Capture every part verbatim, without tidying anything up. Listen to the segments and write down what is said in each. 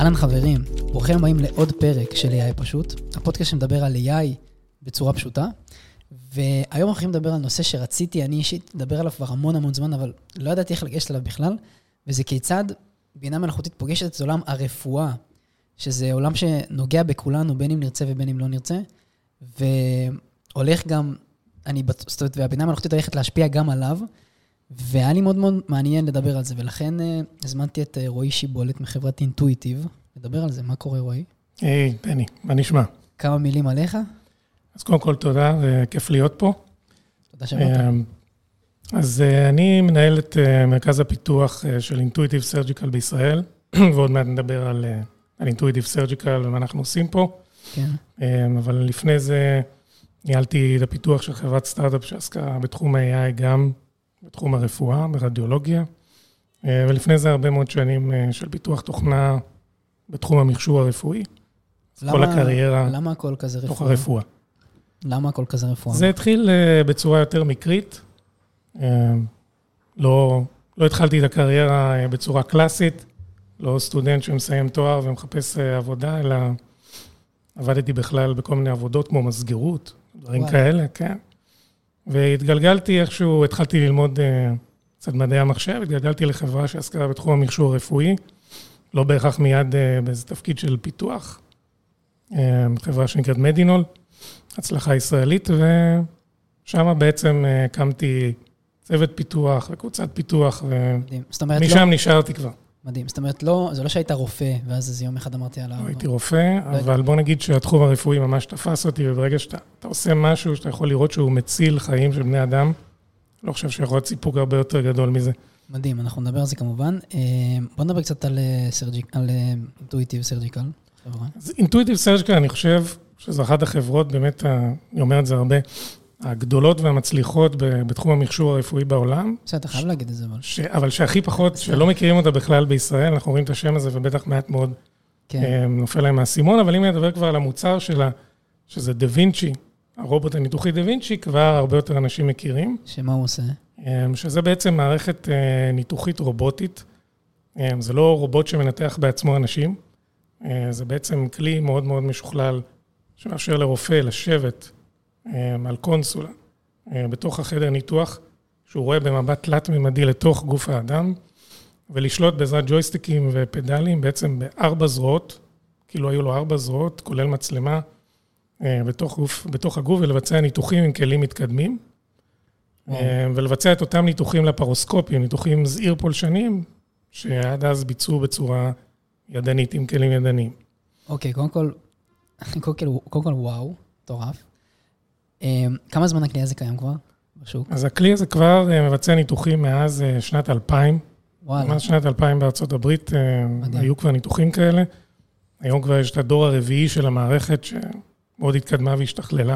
אהלן חברים, ברוכים הבאים לעוד פרק של איי איי פשוט, הפודקאסט שמדבר על איי איי בצורה פשוטה, והיום אנחנו הולכים לדבר על נושא שרציתי אני אישית לדבר עליו כבר המון המון זמן, אבל לא ידעתי איך לגשת עליו בכלל, וזה כיצד בינה מלאכותית פוגשת את עולם הרפואה, שזה עולם שנוגע בכולנו, בין אם נרצה ובין אם לא נרצה, והולך גם, אני, זאת אומרת, והבינה מלאכותית הולכת להשפיע גם עליו, והיה לי מאוד מאוד מעניין לדבר על זה, ולכן uh, הזמנתי את uh, רועי שיבולת מחברת אינטואיטיב, לדבר על זה. מה קורה, רועי? היי, hey, בני, מה נשמע? כמה מילים עליך? אז קודם כל תודה, וכיף להיות פה. תודה שבאת. אז uh, אני מנהל את uh, מרכז הפיתוח uh, של אינטואיטיב סרג'יקל בישראל, ועוד מעט נדבר על, uh, על אינטואיטיב סרג'יקל ומה אנחנו עושים פה. כן. Um, אבל לפני זה ניהלתי את הפיתוח של חברת סטארט-אפ שעסקה בתחום ה-איי איי גם, בתחום הרפואה, ברדיולוגיה, ולפני זה הרבה מאוד שנים של פיתוח תוכנה בתחום המכשור הרפואי. למה, כל הקריירה למה הכל כזה רפואה? תוך הרפואה. למה הכל כזה רפואה? זה התחיל בצורה יותר מקרית. לא, לא התחלתי את הקריירה בצורה קלאסית, לא סטודנט שמסיים תואר ומחפש עבודה, אלא עבדתי בכלל בכל מיני עבודות כמו מסגרות, דברים וואלה. כאלה, כן. והתגלגלתי איכשהו, התחלתי ללמוד uh, קצת מדעי המחשב, התגלגלתי לחברה שעסקה בתחום המכשור הרפואי, לא בהכרח מיד uh, באיזה תפקיד של פיתוח, uh, חברה שנקראת מדינול, הצלחה ישראלית, ושם בעצם uh, קמתי צוות פיתוח וקבוצת פיתוח, ומשם לא... נשארתי כבר. מדהים, זאת אומרת, לא, זה לא שהיית רופא, ואז איזה יום אחד אמרתי עליו. לא הייתי רופא, לא אבל בוא נגיד שהתחום הרפואי ממש תפס אותי, וברגע שאתה אתה עושה משהו שאתה יכול לראות שהוא מציל חיים של בני אדם, לא חושב שיכול להיות סיפוק הרבה יותר גדול מזה. מדהים, אנחנו נדבר על זה כמובן. בוא נדבר קצת על, על אינטואיטיב סרג'יקל. אז אינטואיטיב סרג'יקל, אני חושב שזו אחת החברות, באמת, אני אומר את זה הרבה, הגדולות והמצליחות בתחום המכשור הרפואי בעולם. בסדר, אתה חייב להגיד את זה, אבל. ש... אבל שהכי פחות, שלא מכירים אותה בכלל בישראל, אנחנו רואים את השם הזה, ובטח מעט מאוד כן. נופל להם מהסימון, אבל אם נדבר כבר על המוצר שלה, שזה דה וינצ'י, הרובוט הניתוחי דה וינצ'י, כבר הרבה יותר אנשים מכירים. שמה הוא עושה? שזה בעצם מערכת ניתוחית רובוטית. זה לא רובוט שמנתח בעצמו אנשים, זה בעצם כלי מאוד מאוד משוכלל, שמאפשר לרופא לשבת על קונסולה, בתוך החדר ניתוח, שהוא רואה במבט תלת-ממדי לתוך גוף האדם, ולשלוט בעזרת ג'ויסטיקים ופדלים, בעצם בארבע זרועות, כאילו היו לו ארבע זרועות, כולל מצלמה, בתוך, גוף, בתוך הגוף, ולבצע ניתוחים עם כלים מתקדמים, ולבצע את אותם ניתוחים לפרוסקופים, ניתוחים זעיר פולשנים, שעד אז ביצעו בצורה ידנית, עם כלים ידניים. אוקיי, קודם כל, קודם כל, קודם כל וואו, טורף. כמה זמן הכלי הזה קיים כבר בשוק? אז הכלי הזה כבר מבצע ניתוחים מאז שנת אלפיים. וואלה. מאז שנת אלפיים בארצות הברית מדהים. היו כבר ניתוחים כאלה. היום כבר יש את הדור הרביעי של המערכת שמאוד התקדמה והשתכללה.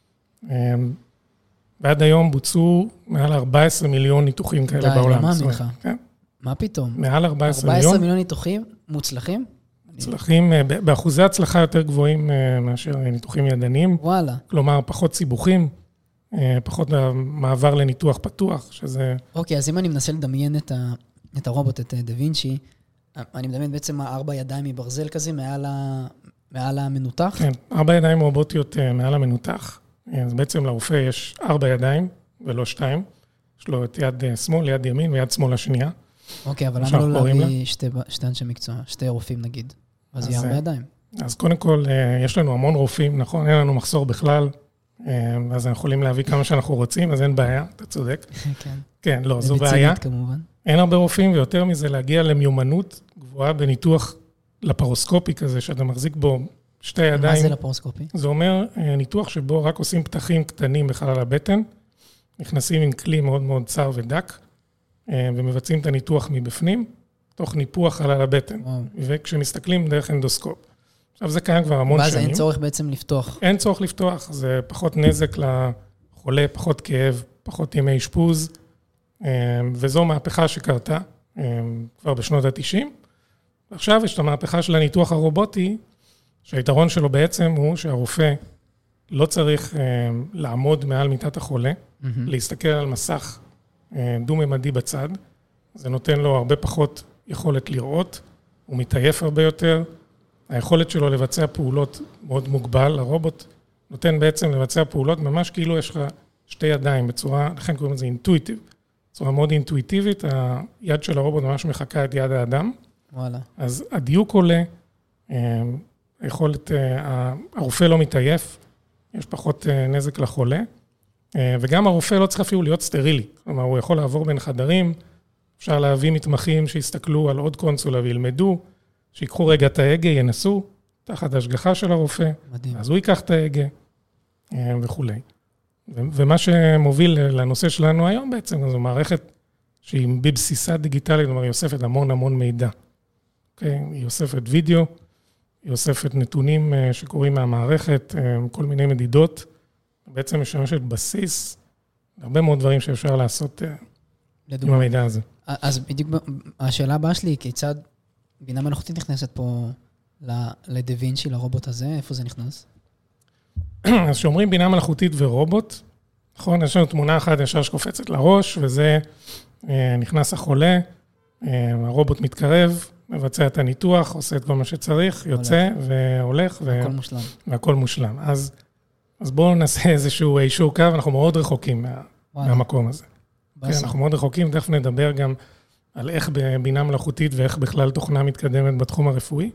ועד היום בוצעו מעל ארבעה עשר מיליון ניתוחים כאלה די, בעולם. די, לא מאמין לך. כן. מה פתאום? מעל ארבעה עשר מיליון. ארבעה עשר מיליון ניתוחים מוצלחים? מוצלחים, באחוזי הצלחה יותר גבוהים מאשר ניתוחים ידניים. וואלה. כלומר, פחות סיבוכים, פחות מעבר לניתוח פתוח, שזה... אוקיי, אז אם אני מנסה לדמיין את, ה, את הרובוט, את דה וינצ'י, אני מדמיין בעצם ארבע ידיים מברזל כזה מעל, ה, מעל המנותח? כן, ארבע ידיים רובוטיות מעל המנותח. אז בעצם לרופא יש ארבע ידיים ולא שתיים. יש לו את יד שמאל, יד ימין ויד שמאל השנייה. אוקיי, אבל למה לא להביא שתי, שתי אנשי מקצוע, שתי רופאים נגיד? אז יהיה הרבה ידיים. אז קודם כל, יש לנו המון רופאים, נכון? אין לנו מחסור בכלל. אז אנחנו יכולים להביא כמה שאנחנו רוצים, אז אין בעיה, אתה צודק. כן. כן, לא, זו בעיה. כמובן. אין הרבה רופאים, ויותר מזה להגיע למיומנות גבוהה בניתוח לפרוסקופי כזה, שאתה מחזיק בו שתי ידיים. מה זה לפרוסקופי? זה אומר ניתוח שבו רק עושים פתחים קטנים בחלל הבטן, נכנסים עם כלי מאוד מאוד צר ודק, ומבצעים את הניתוח מבפנים, תוך ניפוח חלל הבטן. וואו. וכשמסתכלים דרך אנדוסקופ. עכשיו זה קיים כבר המון ואז שנים. אין צורך בעצם לפתוח. אין צורך לפתוח, זה פחות נזק לחולה, פחות כאב, פחות ימי אשפוז, וזו מהפכה שקרתה כבר בשנות ה-תשעים. עכשיו יש את המהפכה של הניתוח הרובוטי, שהיתרון שלו בעצם הוא שהרופא לא צריך לעמוד מעל מיטת החולה, mm-hmm. להסתכל על מסך דו-ממדי בצד, זה נותן לו הרבה פחות יכולת לראות, הוא מתעייף הרבה יותר, היכולת שלו לבצע פעולות מאוד מוגבל, הרובוט נותן בעצם לבצע פעולות ממש כאילו יש לך שתי ידיים בצורה, לכן קוראים לזה אינטואיטיב, בצורה מאוד אינטואיטיבית, היד של הרובוט ממש מחכה את יד האדם. וואלה. אז הדיוק עולה, היכולת, הרופא לא מתעייף, יש פחות נזק לחולה, וגם הרופא לא צריך אפילו להיות סטרילי, כלומר הוא יכול לעבור בין חדרים, אפשר להביא מתמחים שיסתכלו על עוד קונסולה וילמדו, שיקחו רגע את ההגה, ינסו, תחת השגחה של הרופא, מדהים. אז הוא ייקח את ההגה וכו'. ומה שמוביל לנושא שלנו היום בעצם, זו מערכת שהיא בבסיסה דיגיטלית, כלומר היא אוספת המון המון מידע. Okay? היא אוספת וידאו, היא אוספת נתונים שקורים מהמערכת, כל מיני מדידות, בעצם משמשת בסיס, הרבה מאוד דברים שאפשר לעשות לדוגמה. עם המידע הזה. אז בדיוק השאלה הבאה שלי, כיצד בינה מלאכותית נכנסת פה לדה וינצ'י, לרובוט הזה, איפה זה נכנס? אז שאומרים בינה מלאכותית ורובוט, נכון, יש לנו תמונה אחת ישר שקופצת לראש, וזה נכנס החולה, הרובוט מתקרב, מבצע את הניתוח, עושה את כל מה שצריך, יוצא והולך. והכל מושלם. והכל מושלם. אז, אז בואו נעשה איזשהו אישור קו, אנחנו מאוד רחוקים מה, מהמקום הזה. כן, אנחנו מאוד רחוקים, תכף נדבר גם על איך בבינה מלאכותית ואיך בכלל תוכנה מתקדמת בתחום הרפואי.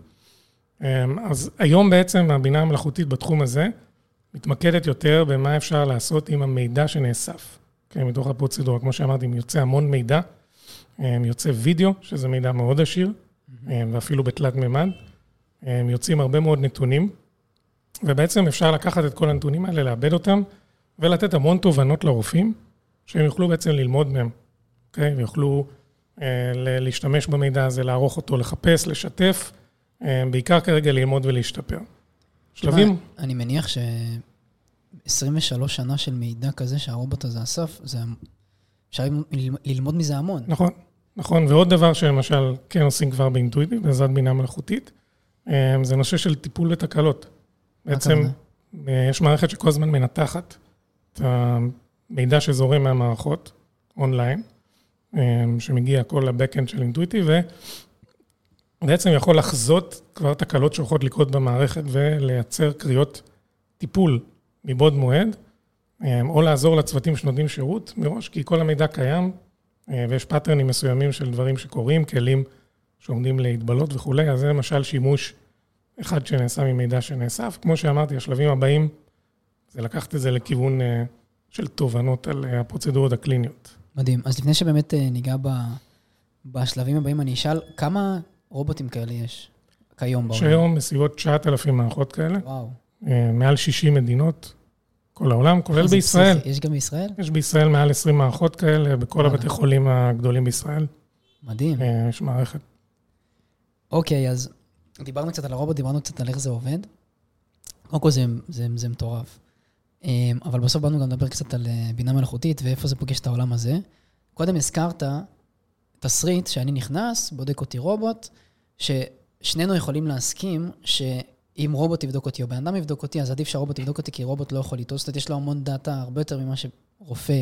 אז היום בעצם הבינה המלאכותית בתחום הזה מתמקדת יותר במה אפשר לעשות עם המידע שנאסף. כן, מתוך הפרוצדורה, כמו שאמרתי, יוצא המון מידע, יוצא וידאו, שזה מידע מאוד עשיר, ואפילו בתלת ממד, יוצאים הרבה מאוד נתונים, ובעצם אפשר לקחת את כל הנתונים האלה, לאבד אותם, ולתת המון תובנות לרופאים, שהם יוכלו בעצם ללמוד מהם, אוקיי? ויוכלו להשתמש במידע הזה, לערוך אותו, לחפש, לשתף, בעיקר כרגע ללמוד ולהשתפר. שלבים? אני מניח ש-עשרים ושלוש שנה של מידע כזה שהרובוט הזה אסף, אפשר ללמוד מזה המון. נכון, נכון. ועוד דבר שלמשל כן עושים כבר באינטואיטיב, בעזרת בינה מלאכותית, זה נושא של טיפול בתקלות. בעצם יש מערכת שכל הזמן מנתחת את המידע שזורם מהמערכות אונליין, שמגיע כל לבקאנד של אינטואיטיב, ובעצם יכול לחזות כבר תקלות שהולכות לקרות במערכת ולייצר קריאות טיפול מבעוד מועד, או לעזור לצוותים שנותנים שירות מראש, כי כל המידע קיים, ויש פאטרנים מסוימים של דברים שקורים, כלים שעומדים להתבלות וכו'. אז זה למשל שימוש אחד שנעשה ממידע שנאסף. כמו שאמרתי, השלבים הבאים, זה לקחת את זה לכיוון של תובנות על הפרוצדורות הקליניות. מדהים. אז לפני שבאמת ניגע בשלבים הבאים, אני אשאל, כמה רובוטים כאלה יש כיום בעולם? שהיום בסביבות תשעת אלפים מערכות כאלה. וואו. מעל שישים מדינות, כל העולם, כולל בישראל. יש גם בישראל? יש בישראל מעל עשרים מערכות כאלה, בכל הבתי חולים הגדולים בישראל. מדהים. יש מערכת. אוקיי, אז דיברנו קצת על הרובוט, דיברנו קצת על איך זה עובד. קודם כל זה, זה, זה מטורף. אבל בסוף באנו גם לדבר קצת על בינה מלאכותית, ואיפה זה פוגש את העולם הזה. קודם הזכרת תסריט שאני נכנס, בודק אותי רובוט, ששנינו יכולים להסכים שאם רובוט יבדוק אותי או בן אדם יבדוק אותי, אז עדיף שהרובוט יבדוק אותי, כי רובוט לא יכול לטעוס. זאת אומרת, יש לו המון דאטה, הרבה יותר ממה שרופא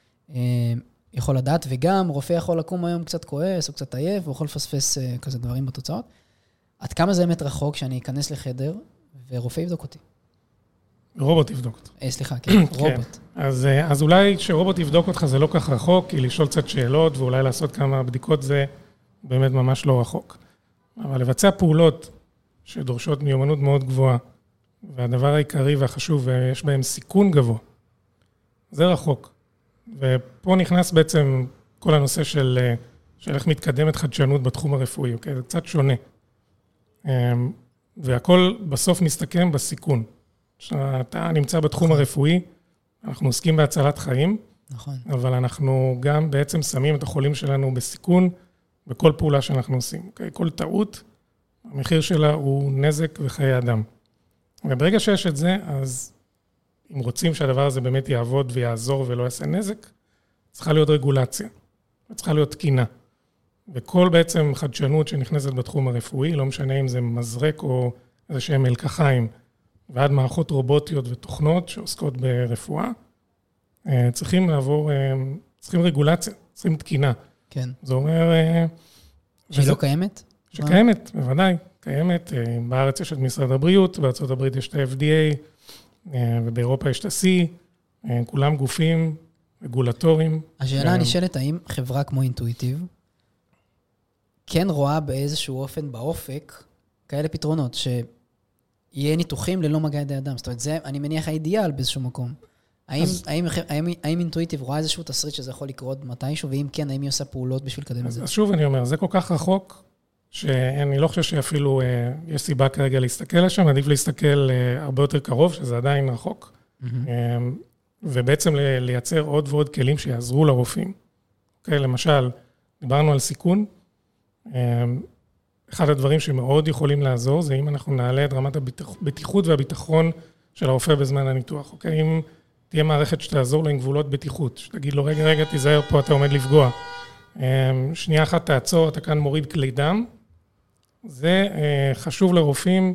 יכול לדעת, וגם רופא יכול לקום היום קצת כועס או קצת עייף, הוא יכול לפספס כזה דברים בתוצאות. עד כמה זה באמת רחוק שאני אכנס לחדר ורופא יבדוק אותי? רובוט יבדוק אותך. אה, סליחה, כן, רובוט. אז, אז אולי שרובוט יבדוק אותך זה לא כך רחוק, כי לשאול קצת שאלות ואולי לעשות כמה בדיקות זה באמת ממש לא רחוק. אבל לבצע פעולות שדורשות מיומנות מאוד גבוהה, והדבר העיקרי והחשוב, ויש בהם סיכון גבוה, זה רחוק. ופה נכנס בעצם כל הנושא של, של איך מתקדמת חדשנות בתחום הרפואי, אוקיי? זה קצת שונה. והכל בסוף מסתכם בסיכון. כשאתה נמצא בתחום הרפואי, אנחנו עוסקים בהצלת חיים, נכון. אבל אנחנו גם בעצם שמים את החולים שלנו בסיכון, בכל פעולה שאנחנו עושים. אוקיי? כל טעות, המחיר שלה הוא נזק וחיי אדם. וברגע שיש את זה, אז אם רוצים שהדבר הזה באמת יעבוד ויעזור ולא יעשה נזק, צריכה להיות רגולציה, צריכה להיות תקינה. וכל בעצם חדשנות שנכנסת בתחום הרפואי, לא משנה אם זה מזרק או איזה שהם מלקחיים, ועד מערכות רובוטיות ותוכנות שעוסקות ברפואה, צריכים לעבור, צריכים רגולציה, צריכים תקינה. כן. זה אומר... שהיא לא קיימת? שקיימת, בוודאי, קיימת. בארץ יש את משרד הבריאות, בארצות הברית יש את ה-אף די איי, ובאירופה יש את ה-C, כולם גופים רגולטוריים. השאלה הנשאלת, האם חברה כמו אינטואיטיב, כן רואה באיזשהו אופן באופק, כאלה פתרונות, שיהיה ניתוחים ללא מגע ידי אדם. זאת אומרת, זה, אני מניח, האידיאל באיזשהו מקום. האם, אז, האם, האם, האם אינטואיטיב רואה איזשהו תסריט שזה יכול לקרות מתישהו, ואם כן, האם היא עושה פעולות בשביל לקדם את זה? אז שוב אני אומר, זה כל כך רחוק, שאני לא חושב שאפילו אה, יש סיבה כרגע להסתכל לשם, עדיף להסתכל אה, הרבה יותר קרוב, שזה עדיין רחוק, mm-hmm. אה, ובעצם לייצר עוד ועוד כלים שיעזרו לרופאים. אוקיי, למשל, דיברנו על סיכון, אה, אחד הדברים שמאוד יכולים לעזור, זה אם אנחנו נעלה את רמת הבטיחות והביטחון של הרופא בזמן הניתוח. אוקיי, אם תהיה מערכת שתעזור לו עם גבולות בטיחות, שתגיד לו, רגע, רגע, תיזהר פה, אתה עומד לפגוע. שנייה אחת תעצור, אתה כאן מוריד כלי דם. זה חשוב לרופאים,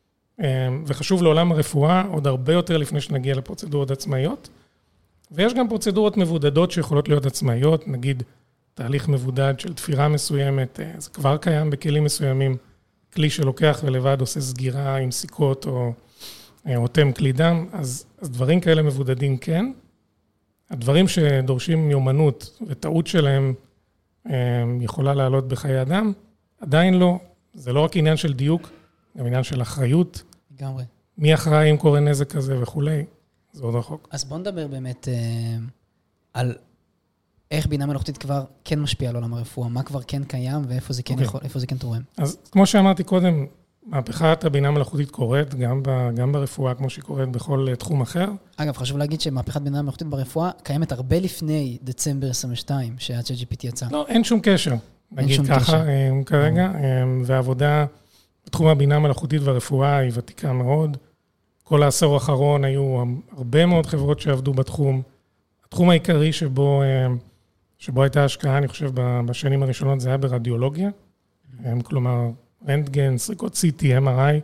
וחשוב לעולם הרפואה, עוד הרבה יותר לפני שנגיע לפרוצדורות עצמאיות. ויש גם פרוצדורות מבודדות שיכולות להיות עצמאיות, נגיד תהליך מבודד של תפירה מסוימת, זה כבר קיים בכלים מסוימים, כלי שלוקח ולבד עושה סגירה עם סיכות או אותם כלי דם, אז, אז דברים כאלה מבודדים כן. הדברים שדורשים מיומנות וטעות שלהם יכולה לעלות בחיי אדם, עדיין לא. זה לא רק עניין של דיוק, גם עניין של אחריות. לגמרי. מי אחראי אם קורה נזק כזה וכולי, זה עוד רחוק. אז בוא נדבר באמת אה, על איך בינה מלאכותית כבר כן משפיעה על עולם הרפואה, מה כבר כן קיים ואיפה זה כן, okay. יכול, איפה זה כן תורם. אז כמו שאמרתי קודם, מהפכת הבינה מלאכותית קורית גם, ב, גם ברפואה, כמו שהיא קורית בכל תחום אחר. אגב, חשוב להגיד שמהפכת בינה מלאכותית ברפואה קיימת הרבה לפני דצמבר עשרים ושתיים, שה-צ'אט ג'י פי טי יצא. לא, אין שום קשר. נגיד ככה, כרגע, והעבודה בתחום הבינה מלאכותית והרפואה היא ותיקה מאוד. כל העשור האחרון היו הרבה מאוד חברות שעבדו בתחום. התחום העיקרי שבו, שבו הייתה השקעה, אני חושב, בשנים הראשונות, זה היה ברדיולוגיה. כלומר, רנטגן, סריקות סי טי, אם אר איי.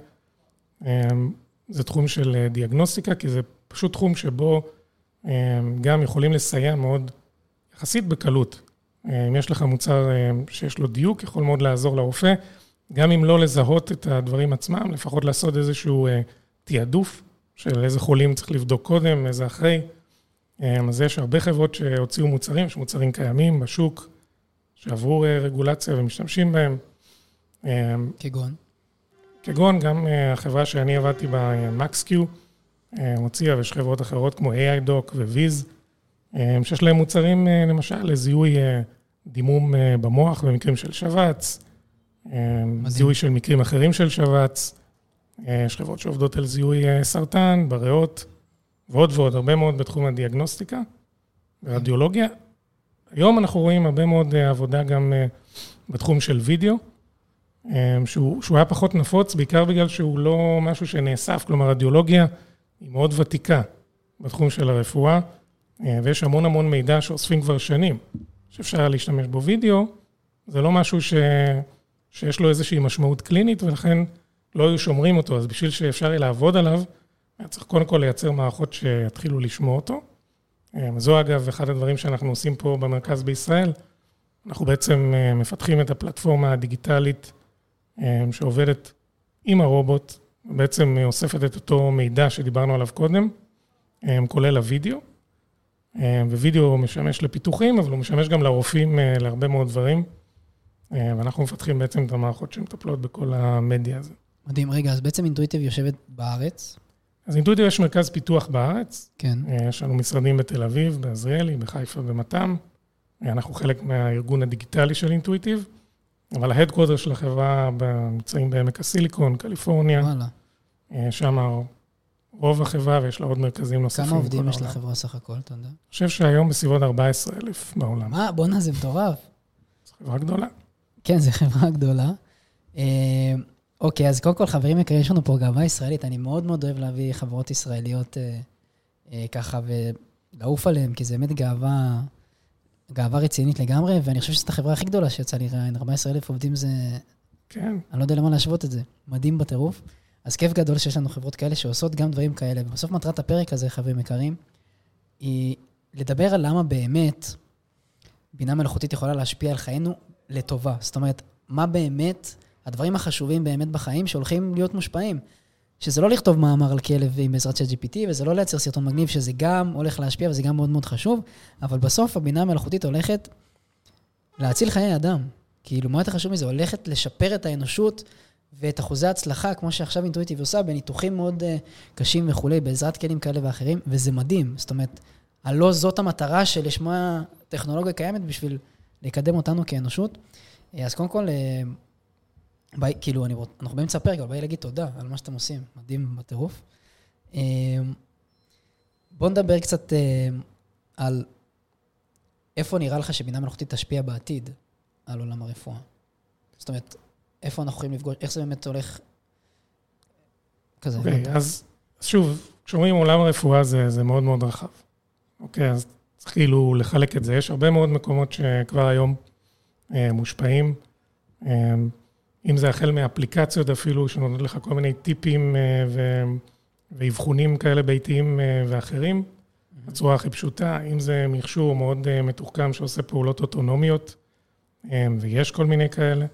זה תחום של דיאגנוסטיקה, כי זה פשוט תחום שבו גם יכולים לסייע מאוד, יחסית בקלות. אם יש לך מוצר שיש לו דיוק, יכול מאוד לעזור לרופא, גם אם לא לזהות את הדברים עצמם, לפחות לעשות איזשהו תיעדוף של איזה חולים צריך לבדוק קודם, איזה אחרי. אז יש הרבה חברות שהוציאו מוצרים, שמוצרים קיימים בשוק, שעברו רגולציה ומשתמשים בהם. כגון? כגון, גם החברה שאני עבדתי בה, MaxQ, הוציאה, ויש חברות אחרות כמו איי איי דוק וויז, שיש להם מוצרים, למשל, לזיהוי דימום במוח במקרים של שבץ, זיהוי של מקרים אחרים של שבץ, יש חברות שעובדות על זיהוי סרטן, בריאות, ועוד ועוד, הרבה מאוד בתחום הדיאגנוסטיקה, ברדיולוגיה. היום אנחנו רואים הרבה מאוד עבודה גם בתחום של וידאו, שהוא, שהוא היה פחות נפוץ, בעיקר בגלל שהוא לא משהו שנאסף, כלומר, רדיולוגיה היא מאוד ותיקה בתחום של הרפואה, ויש המון המון מידע שאוספים כבר שנים, שאפשר להשתמש בו וידאו, זה לא משהו ש... שיש לו איזושהי משמעות קלינית, ולכן לא היו שומרים אותו, אז בשביל שאפשר יהיה לעבוד עליו, צריך קודם כל לייצר מערכות שיתחילו לשמוע אותו. זו אגב, אחד הדברים שאנחנו עושים פה במרכז בישראל, אנחנו בעצם מפתחים את הפלטפורמה הדיגיטלית שעובדת עם הרובוט, בעצם אוספת את אותו מידע שדיברנו עליו קודם, כולל הוידאו, ווידאו משמש לפיתוחים, אבל הוא משמש גם לרופאים להרבה מאוד דברים, ואנחנו מפתחים בעצם את המערכות שמטפלות בכל המדיה הזה. מדהים, רגע, אז בעצם אינטואיטיב יושבת בארץ? אז אינטואיטיב יש מרכז פיתוח בארץ, כן. יש לנו משרדים בתל אביב, בעזריאלי, בחיפה ומתם, אנחנו חלק מהארגון הדיגיטלי של אינטואיטיב, אבל ההדקווטר של החברה נמצאים בעמק הסיליקון, קליפורניה, וואלה. שם רוב החברה ויש לה עוד מרכזים נוספים. כמה עובדים יש לחברה סך הכל, אתה יודע? אני חושב שהיום בסביבות ארבעה עשר אלף בעולם. מה? בונה, זה מטורף. זו חברה גדולה. כן, זו חברה גדולה. אוקיי, אז קודם כל, חברים יקרים, יש לנו פה גאווה ישראלית. אני מאוד מאוד אוהב להביא חברות ישראליות ככה ולעוף עליהן, כי זה באמת גאווה, גאווה רצינית לגמרי, ואני חושב שזאת החברה הכי גדולה שיצא לי ראיין. ארבעה עשר אלף עובדים זה... כן. אני לא יודע למה להשוות את זה. מדהים בטירוף. אז כיף גדול שיש לנו חברות כאלה שעושות גם דברים כאלה. ובסוף מטרת הפרק הזה, חברים יקרים, היא לדבר על למה באמת בינה מלאכותית יכולה להשפיע על חיינו לטובה. זאת אומרת, מה באמת הדברים החשובים באמת בחיים שהולכים להיות מושפעים. שזה לא לכתוב מאמר על כלב עם בעזרת צ'אט ג'י פי טי, וזה לא לייצר סרטון מגניב, שזה גם הולך להשפיע, וזה גם מאוד מאוד חשוב, אבל בסוף הבינה המלאכותית הולכת להציל חיי אדם. כאילו, מה יותר חשוב מזה? הולכת לשפר את האנושות ואת אחוזי ההצלחה, כמו שעכשיו אינטואיטיב עושה, בניתוחים מאוד uh, קשים וכולי, בעזרת כלים כאלה ואחרים, וזה מדהים. זאת אומרת, הלא זאת המטרה של לשמה טכנולוגיה קיימת בשביל לקדם אותנו כאנושות. אז קודם כל, uh, בי, כאילו, אני, אנחנו באמצע הפרק, אבל באי להגיד תודה על מה שאתם עושים. מדהים בטירוף. Uh, בואו נדבר קצת uh, על איפה נראה לך שבינה מלאכותית תשפיע בעתיד על עולם הרפואה. זאת אומרת, איפה אנחנו יכולים לפגוש, איך זה באמת הולך כזה. אוקיי, אז שוב, כשאומרים עולם הרפואה זה, זה מאוד מאוד רחב. אוקיי, אז צריך כאילו לחלק את זה. יש הרבה מאוד מקומות שכבר היום אה, מושפעים. אה, אם זה החל מאפליקציות אפילו, שנותנות לך כל מיני טיפים אה, ו, ואבחונים כאלה ביתיים אה, ואחרים, mm-hmm. בצורה הכי פשוטה. אם זה מכשור מאוד אה, מתוחכם שעושה פעולות אוטונומיות, אה, ויש כל מיני כאלה.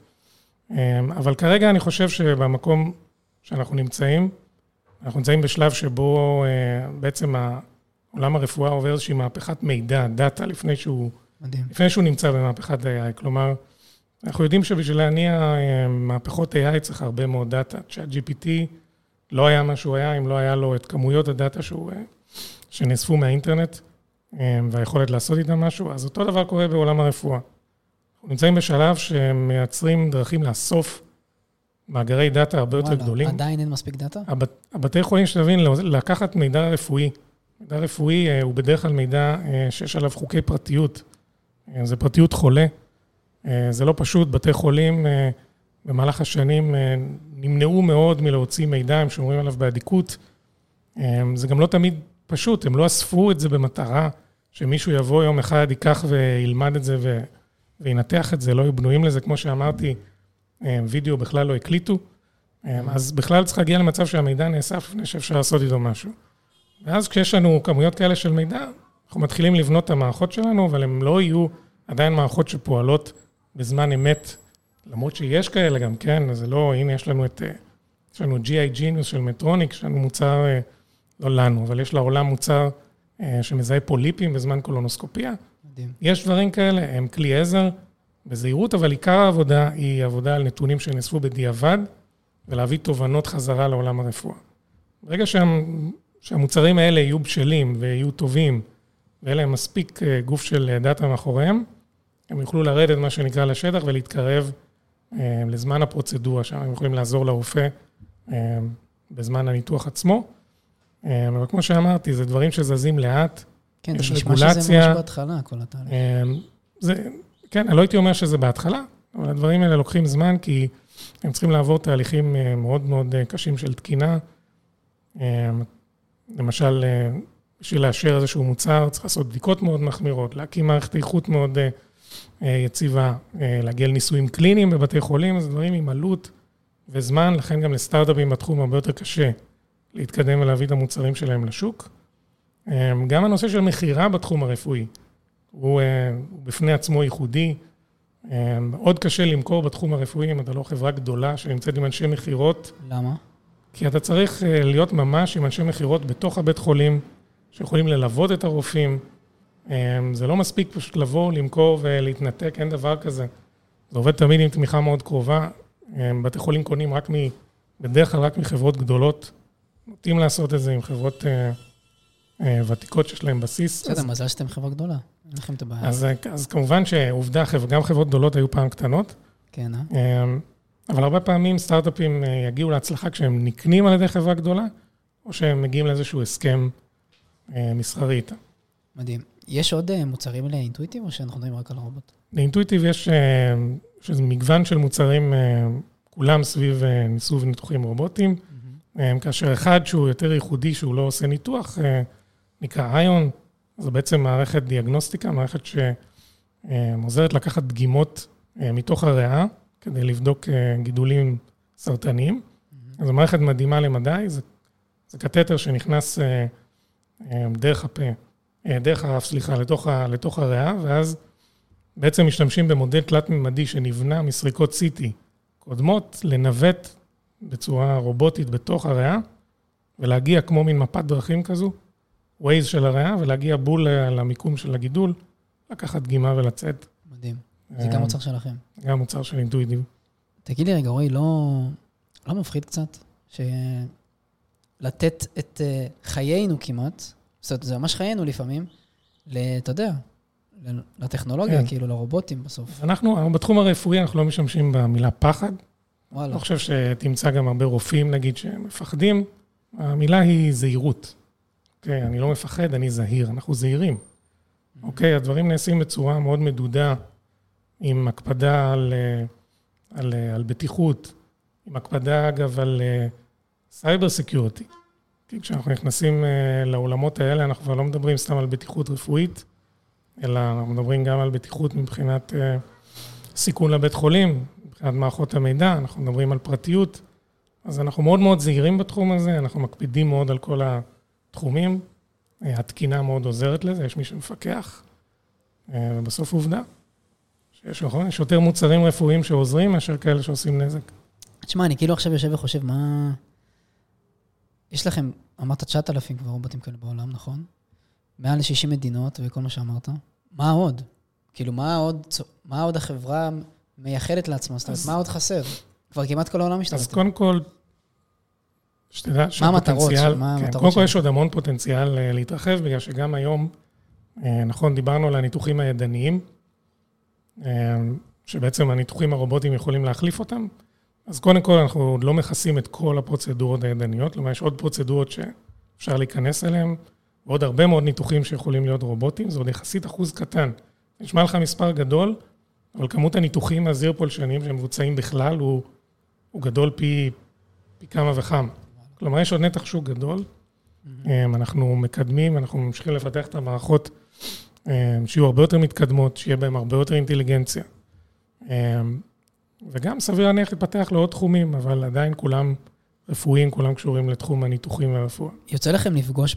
אבל כרגע אני חושב שבמקום שאנחנו נמצאים, אנחנו נמצאים בשלב שבו בעצם עולם הרפואה עובר איזושהי מהפכת מידע, דאטה, לפני שהוא, מדהים. לפני שהוא נמצא במהפכת איי איי. כלומר, אנחנו יודעים שבשביל להניע מהפכות איי איי צריך הרבה מאוד דאטה. צ'אט ג'י פי טי לא היה מה שהוא היה, אם לא היה לו את כמויות הדאטה שהוא, שנאספו מהאינטרנט, והיכולת לעשות איתם משהו. אז אותו דבר קורה בעולם הרפואה. אנחנו נמצאים בשלב שמייצרים דרכים לאסוף מאגרי דאטה הרבה יותר גדולים. עדיין אין מספיק דאטה? הבתי חולים שתבין, לקחת מידע רפואי. מידע רפואי הוא בדרך כלל מידע שיש עליו חוקי פרטיות. זה פרטיות חולה. זה לא פשוט. בתי חולים במהלך השנים נמנעו מאוד מלהוציא מידע, הם שומרים עליו בעדיקות. זה גם לא תמיד פשוט. הם לא אספו את זה במטרה שמישהו יבוא יום אחד, ייקח וילמד את זה ו... וינתח את זה, לא היו בנויים לזה, כמו שאמרתי, וידאו בכלל לא הקליטו, אז בכלל צריך להגיע למצב שהמידע נאסף לפני שאפשר לעשות איתו משהו. ואז כשיש לנו כמויות כאלה של מידע, אנחנו מתחילים לבנות את המערכות שלנו, אבל הם לא יהיו עדיין מערכות שפועלות בזמן אמת, למרות שיש כאלה גם, כן, אז זה לא, הנה יש לנו את, יש לנו ג'י איי Genius של מטרוניק, יש לנו מוצר, לא לנו, אבל יש לעולם מוצר שמזהה פוליפים בזמן קולונוסקופיה, יש דברים כאלה, הם כלי עזר בזהירות, אבל עיקר העבודה היא עבודה על נתונים שנאספו בדיעבד, ולהביא תובנות חזרה לעולם הרפואה. ברגע שה, שהמוצרים האלה יהיו בשלים ויהיו טובים, ואין להם מספיק גוף של דאטה מאחוריהם, הם יוכלו לרדת מה שנקרא לשטח ולהתקרב אה, לזמן הפרוצדורה, שם הם יכולים לעזור לרופא אה, בזמן הניתוח עצמו. אה, אבל כמו שאמרתי, זה דברים שזזים לאט, כן, זה נשמע שזה ממש בהתחלה, כל התהליך. זה, כן, אני לא הייתי אומר שזה בהתחלה, אבל הדברים האלה לוקחים זמן, כי הם צריכים לעבור תהליכים מאוד מאוד קשים של תקינה. למשל, בשביל לאשר איזשהו מוצר, צריך לעשות בדיקות מאוד מחמירות, להקים מערכת איכות מאוד יציבה, להגיע לניסויים קליניים בבתי חולים, זה דברים עם עלות וזמן, לכן גם לסטארט-אפים בתחום הרבה יותר קשה להתקדם ולהביא את המוצרים שלהם לשוק. גם הנושא של מחירה בתחום הרפואי, הוא, הוא בפני עצמו ייחודי. מאוד קשה למכור בתחום הרפואי, אם אתה לא חברה גדולה שנמצאת עם אנשי מחירות. למה? כי אתה צריך להיות ממש עם אנשי מחירות בתוך הבית חולים, שיכולים ללוות את הרופאים. זה לא מספיק פשוט לבוא, למכור ולהתנתק, אין דבר כזה. זה עובד תמיד עם תמיכה מאוד קרובה. בתי חולים קונים רק מ, בדרך כלל רק מחברות גדולות. נוטים לעשות את זה עם חברות ותיקות שיש להם בסיס. בסדר, מזל שאתם חברה גדולה. אין לכם את הבעיה. אז, אז כמובן שעובדה, גם חברות גדולות היו פעם קטנות. כן, אה? אבל הרבה פעמים סטארט-אפים יגיעו להצלחה כשהם נקנים על ידי חברה גדולה, או שהם מגיעים לאיזשהו הסכם מסחרי איתה. מדהים. יש עוד מוצרים לאינטואיטיב, או שאנחנו מדברים רק על הרובוט? לאינטואיטיב יש, יש מגוון של מוצרים, כולם סביב ניסוי וניתוחים רובוטיים, mm-hmm. כאשר אחד שהוא יותר ייחודי, שהוא לא עושה ניתוח, נקרא איון, זו בעצם מערכת דיאגנוסטיקה, מערכת שעוזרת לקחת דגימות מתוך הריאה, כדי לבדוק גידולים סרטניים. Mm-hmm. זו מערכת מדהימה למדי, זה, זה קטטר שנכנס דרך הפה, דרך האף, סליחה, לתוך, ה, לתוך הריאה, ואז בעצם משתמשים במודל תלת-ממדי שנבנה מסריקות סי טי, קודמות, לנווט בצורה רובוטית בתוך הריאה, ולהגיע כמו מין מפת דרכים כזו, ווייז של הריאה, ולהגיע בול למיקום של הגידול, לקחת דגימה ולצאת. מדהים. זה גם מוצר שלכם. גם מוצר של אינטואיטיב. תגיד לי רגע, רועי, לא, לא מפחיד קצת, שלתת את חיינו כמעט, זאת אומרת, זה ממש חיינו לפעמים, אתה יודע, לטכנולוגיה, כאילו לרובוטים בסוף. אנחנו, בתחום הרפואי, אנחנו לא משתמשים במילה פחד. וואלה. אני חושב שתמצא גם הרבה רופאים, נגיד, שמפחדים. המילה היא זהירות. אוקיי, אני לא מפחד, אני זהיר. אנחנו זהירים. אוקיי, הדברים נעשים בצורה מאוד מדודה, עם הקפדה על, על, על בטיחות, עם הקפדה, אגב, על סייבר סקיוריטי. כי כשאנחנו נכנסים לעולמות האלה, אנחנו כבר לא מדברים סתם על בטיחות רפואית, אלא אנחנו מדברים גם על בטיחות מבחינת סיכון לבית חולים, מבחינת מערכות המידע, אנחנו מדברים על פרטיות, אז אנחנו מאוד מאוד זהירים בתחום הזה, אנחנו מקפידים מאוד על כל התחומים, התקינה מאוד עוזרת לזה, יש מי שמפקח, ובסוף עובדה, שיש, נכון, יש יותר מוצרים רפואיים שעוזרים, מאשר כאלה שעושים נזק. תשמע, אני כאילו עכשיו יושב וחושב, מה... יש לכם, אמרת תשעת אלפים כבר רובוטים כאלה בעולם, נכון? מעל ל-שישים מדינות וכל מה שאמרת. מה עוד? כאילו, מה עוד, מה עוד החברה מייחדת לעצמה? זאת אומרת, מה עוד חסר? כבר כמעט כל העולם משתמש. אז קודם כל, שתדע מה המטרות? קודם כל יש עוד המון פוטנציאל להתרחב, בגלל שגם היום, נכון, דיברנו על הניתוחים הידניים, שבעצם הניתוחים הרובוטיים יכולים להחליף אותם, אז קודם כל אנחנו עוד לא מכסים את כל הפרוצדורות הידניות, כלומר יש עוד פרוצדורות שאפשר להיכנס אליהן, ועוד הרבה מאוד ניתוחים שיכולים להיות רובוטיים, זה עוד יחסית אחוז קטן. נשמע לך מספר גדול, אבל כמות הניתוחים הזיר פולשניים שמבוצעים בכלל הוא, הוא גדול פי, פי כמה וכמה. כלומר, יש עוד נתח שוק גדול, אנחנו מקדמים, אנחנו ממשיכים לפתח את המערכות שיהיו הרבה יותר מתקדמות, שיהיה בהן הרבה יותר אינטליגנציה. וגם סביר להניח להתפתח לעוד תחומים, אבל עדיין כולם רפואיים, כולם קשורים לתחום הניתוחים והרפואה. יוצא לכם לפגוש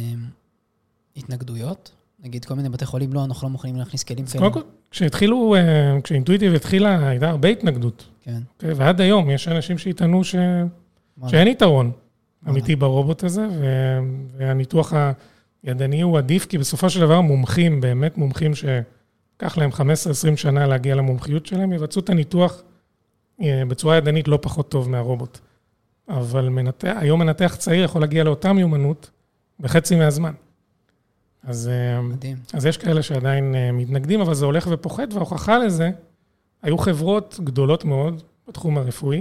בהתנגדויות? נגיד כל מיני בתי חולים, לא, אנחנו לא מוכנים להכניס כלים כאלה. קודם כל, כשהתחילו, כשאינטואיטיב התחילה, הייתה הרבה התנגדות. כן. ועד היום יש אנשים שיטענו שאין יתרון אמיתי ברובוט הזה, והניתוח הידני הוא עדיף, כי בסופו של דבר מומחים, באמת מומחים שקח להם חמש עשרה עשרים שנה להגיע למומחיות שלהם, יבצעו את הניתוח בצורה ידנית לא פחות טוב מהרובוט. אבל מנתח, היום מנתח צעיר יכול להגיע לאותה מיומנות בחצי מהזמן. אז, אז יש כאלה שעדיין מתנגדים, אבל זה הולך ופוחת, וההוכחה לזה, היו חברות גדולות מאוד בתחום הרפואי,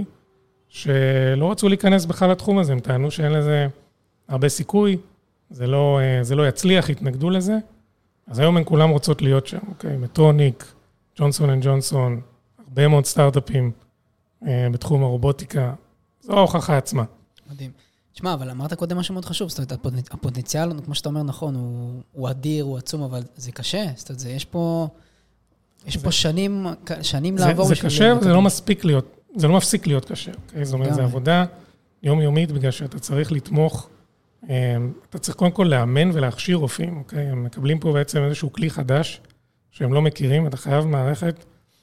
שלא רצו להיכנס בכלל לתחום הזה, הם טענו שאין לזה הרבה סיכוי, זה לא, זה לא יצליח, התנגדו לזה, אז היום הן כולם רוצות להיות שם, אוקיי? מטרוניק, ג'ונסון אנד ג'ונסון, הרבה מאוד סטארט-אפים בתחום הרובוטיקה, זו ההוכחה עצמה. מדהים. תשמע, אבל אמרת קודם משהו מאוד חשוב, זאת אומרת, הפוטנציאל, כמו שאתה אומר, נכון, הוא, הוא אדיר, הוא עצום, אבל זה קשה, זאת אומרת, יש פה, יש פה שנים, שנים זה, לעבור. זה קשה, זה לא מספיק להיות, זה לא מפסיק להיות קשה, אוקיי? זאת אומרת, זו עבודה יומיומית, בגלל שאתה צריך לתמוך, אתה צריך קודם כל לאמן ולהכשיר רופאים, אוקיי? הם מקבלים פה בעצם איזשהו כלי חדש, שהם לא מכירים, אתה חייב מערכת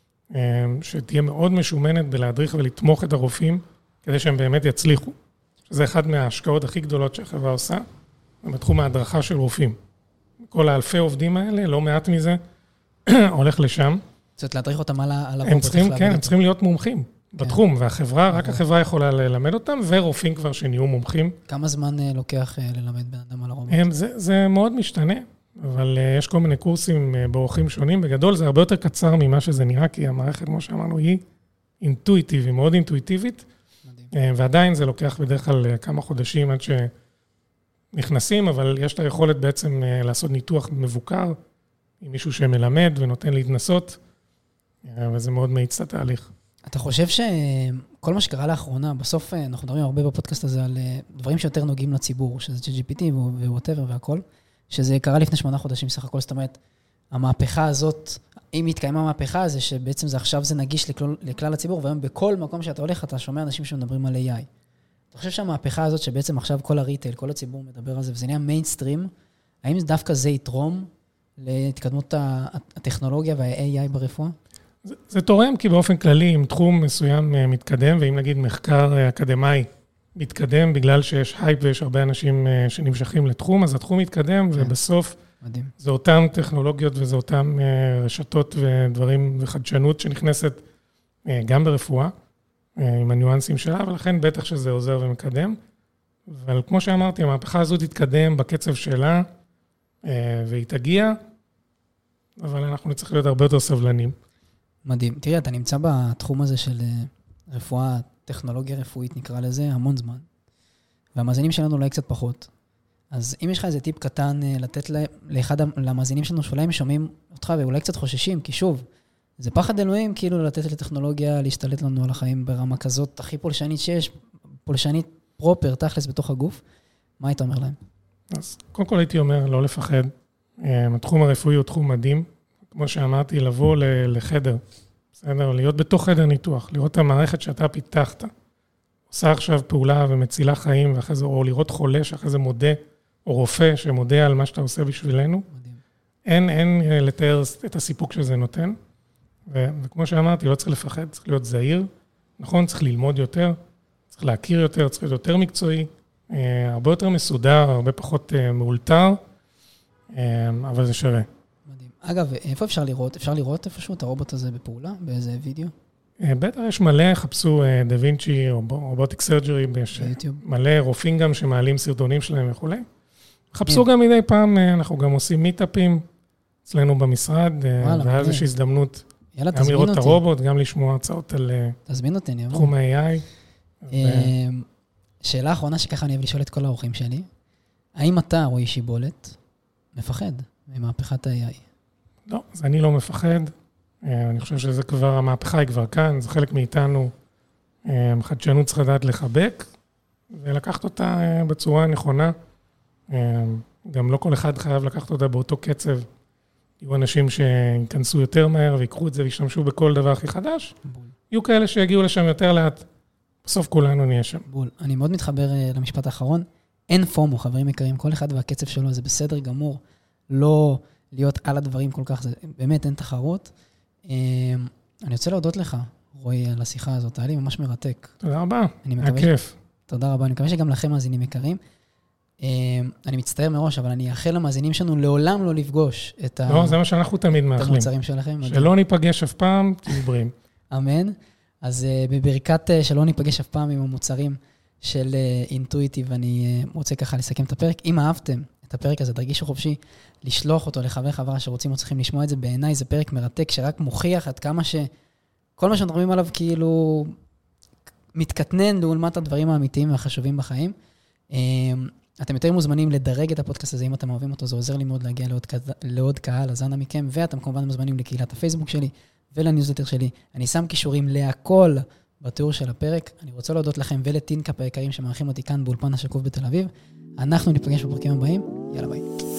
שתהיה מאוד משומנת בלהדריך ולתמוך את הרופאים, כדי שהם באמת יצליחו. זה אחד מההשקעות הכי גדולות שהחברה עושה, בתחום ההדרכה של רופאים. כל האלפי עובדים האלה, לא מעט מזה, הולך לשם. זאת אומרת, להדריך אותם על הרובוט. הם צריכים, כן, הם צריכים להיות מומחים בתחום, והחברה, רק החברה יכולה ללמד אותם, ורופאים כבר שנהיו מומחים. כמה זמן לוקח ללמד בן אדם על הרובוט? זה מאוד משתנה, אבל יש כל מיני קורסים באורחים שונים. בגדול זה הרבה יותר קצר ממה שזה נראה, כי המערכת, כמו שאמרנו, היא אינטואיטיבית, מאוד אינטואיטיבית, ועדיין זה לוקח בדרך כלל כמה חודשים עד שנכנסים, אבל יש את היכולת בעצם לעשות ניתוח מבוקר עם מישהו שמלמד ונותן להתנסות, וזה מאוד מאיץ את התהליך. אתה חושב שכל מה שקרה לאחרונה, בסוף אנחנו מדברים הרבה בפודקאסט הזה על דברים שיותר נוגעים לציבור, שזה צ'אט ג'י פי טי ווואטאבר והכל, שזה קרה לפני שמונה חודשים סך הכל, זאת אומרת, המהפכה הזאת, אם התקיימה המהפכה, זה שבעצם זה עכשיו זה נגיש לכלל, לכלל הציבור, והיום בכל מקום שאתה הולך, אתה שומע אנשים שמדברים על איי איי. אתה חושב שהמהפכה הזאת, שבעצם עכשיו כל הריטייל, כל הציבור מדבר על זה, וזה נהיה מיינסטרים, האם דווקא זה יתרום להתקדמות הטכנולוגיה וה-איי איי ברפואה? זה, זה תורם כי באופן כללי, אם תחום מסוים מתקדם, ואם נגיד מחקר אקדמי מתקדם, בגלל שיש הייפ ויש הרבה אנשים שנמשכים לתחום, אז התחום מתקדם, כן. ובסוף מדהים. זה אותם טכנולוגיות וזה אותם רשתות ודברים וחדשנות שנכנסת גם ברפואה, עם הניואנסים שלה, ולכן בטח שזה עוזר ומקדם. אבל כמו שאמרתי, המהפכה הזו תתקדם בקצב שלה, והיא תגיע, אבל אנחנו נצטרך להיות הרבה יותר סבלנים. מדהים. תראי, אתה נמצא בתחום הזה של רפואה, טכנולוגיה רפואית נקרא לזה, המון זמן. והמאזינים שלנו אולי קצת פחות. אז אם יש לך איזה טיפ קטן לתת לאחד המאזינים שלנו, שאולי הם שומעים אותך ואולי קצת חוששים, כי שוב, זה פחד אלוהים כאילו לתת לטכנולוגיה להשתלט לנו על החיים ברמה כזאת הכי פולשנית שיש, פולשנית פרופר, תכלס בתוך הגוף. מה היית אומר להם? אז קודם כל הייתי אומר לא לפחד. התחום הרפואי הוא תחום מדהים. כמו שאמרתי, לבוא לחדר, בסדר? להיות בתוך חדר ניתוח, לראות את המערכת שאתה פיתחת. עושה עכשיו פעולה ומצילה חיים, ואחרי זה, או לראות חולה שאחרי זה מודה, או רופא שמודה על מה שאתה עושה בשבילנו. מדהים. אין, אין לתאר את הסיפוק שזה נותן. ו- וכמו שאמרתי, לא צריך לפחד, צריך להיות זהיר. נכון, צריך ללמוד יותר, צריך להכיר יותר, צריך להיות יותר מקצועי, אה, הרבה יותר מסודר, הרבה פחות אה, מאולתר, אה, אבל זה שווה. מדהים. אגב, איפה אפשר לראות? אפשר לראות איפשהו את הרובוט הזה בפעולה? באיזה וידאו? אה, בטח יש מלא, חפשו אה, דה וינצ'י או רובוטיק סרג'רי, יש מלא רופאים גם שמעלים סרטונים שלהם וכו'. חפשו גם מדי פעם, אה, אנחנו גם עושים מיטאפים אצלנו במשרד, אה, ואז יש הזדמנות יאללה, גם לראות את הרובוט, גם לשמוע הרצאות על תזמין אותי, תחום ה-איי איי. שאלה האחרונה שככה אני אוהב לשאול את כל האורחים שלי, האם אתה, רועי שיבולת, מפחד ממהפכת ה-איי איי? לא, אז אני לא מפחד. אני חושב שזה כבר, המהפכה היא כבר כאן, זה חלק מאיתנו. חדשנות צריך לדעת לחבק, ולקחת אותה בצורה הנכונה. גם לא כל אחד חייב לקחת אותה באותו קצב. יהיו אנשים שיכנסו יותר מהר ויקחו את זה וישתמשו בכל דבר הכי חדש. בול. יהיו כאלה שיגיעו לשם יותר לאט. בסוף כולנו נהיה שם. בול. אני מאוד מתחבר למשפט האחרון. אין פומו, חברים יקרים. כל אחד והקצב שלו, זה בסדר גמור. לא להיות על הדברים כל כך. זה באמת אין תחרות. אני רוצה להודות לך, רועי, על השיחה הזאת. היה לי ממש מרתק. תודה רבה. היה כיף. תודה רבה. אני מקווה שגם לכם מאזינים יקרים. אני מצטער מראש, אבל אני אאחל למאזינים שלנו לעולם לא לפגוש את המוצרים שלכם. לא, זה מה שאנחנו תמיד מאחלים. שלא ניפגש אף פעם, תהיו בריאים. אמן. אז בברכת שלא ניפגש אף פעם עם המוצרים של אינטואיטיב, אני רוצה ככה לסכם את הפרק. אם אהבתם את הפרק הזה, תרגישו חופשי לשלוח אותו לחבר חברה שרוצים או צריכים לשמוע את זה. בעיניי זה פרק מרתק שרק מוכיח עד כמה שכל מה שאנחנו מדברים עליו כאילו מתקטנן לעומת הדברים האמיתיים והחשובים בחיים. אתם יותר מוזמנים לדרג את הפודקאסט הזה, אם אתם אוהבים אותו, זה עוזר לי מאוד להגיע לעוד, לעוד קהל, אז אנא מכם, ואתם כמובן מוזמנים לקהילת הפייסבוק שלי ולניוזלטר שלי. אני שם קישורים להכל בתיאור של הפרק. אני רוצה להודות לכם ולטינקאפ היקרים שמארחים אותי כאן באולפן השקוף בתל אביב. אנחנו ניפגש בפרקים הבאים. יאללה ביי.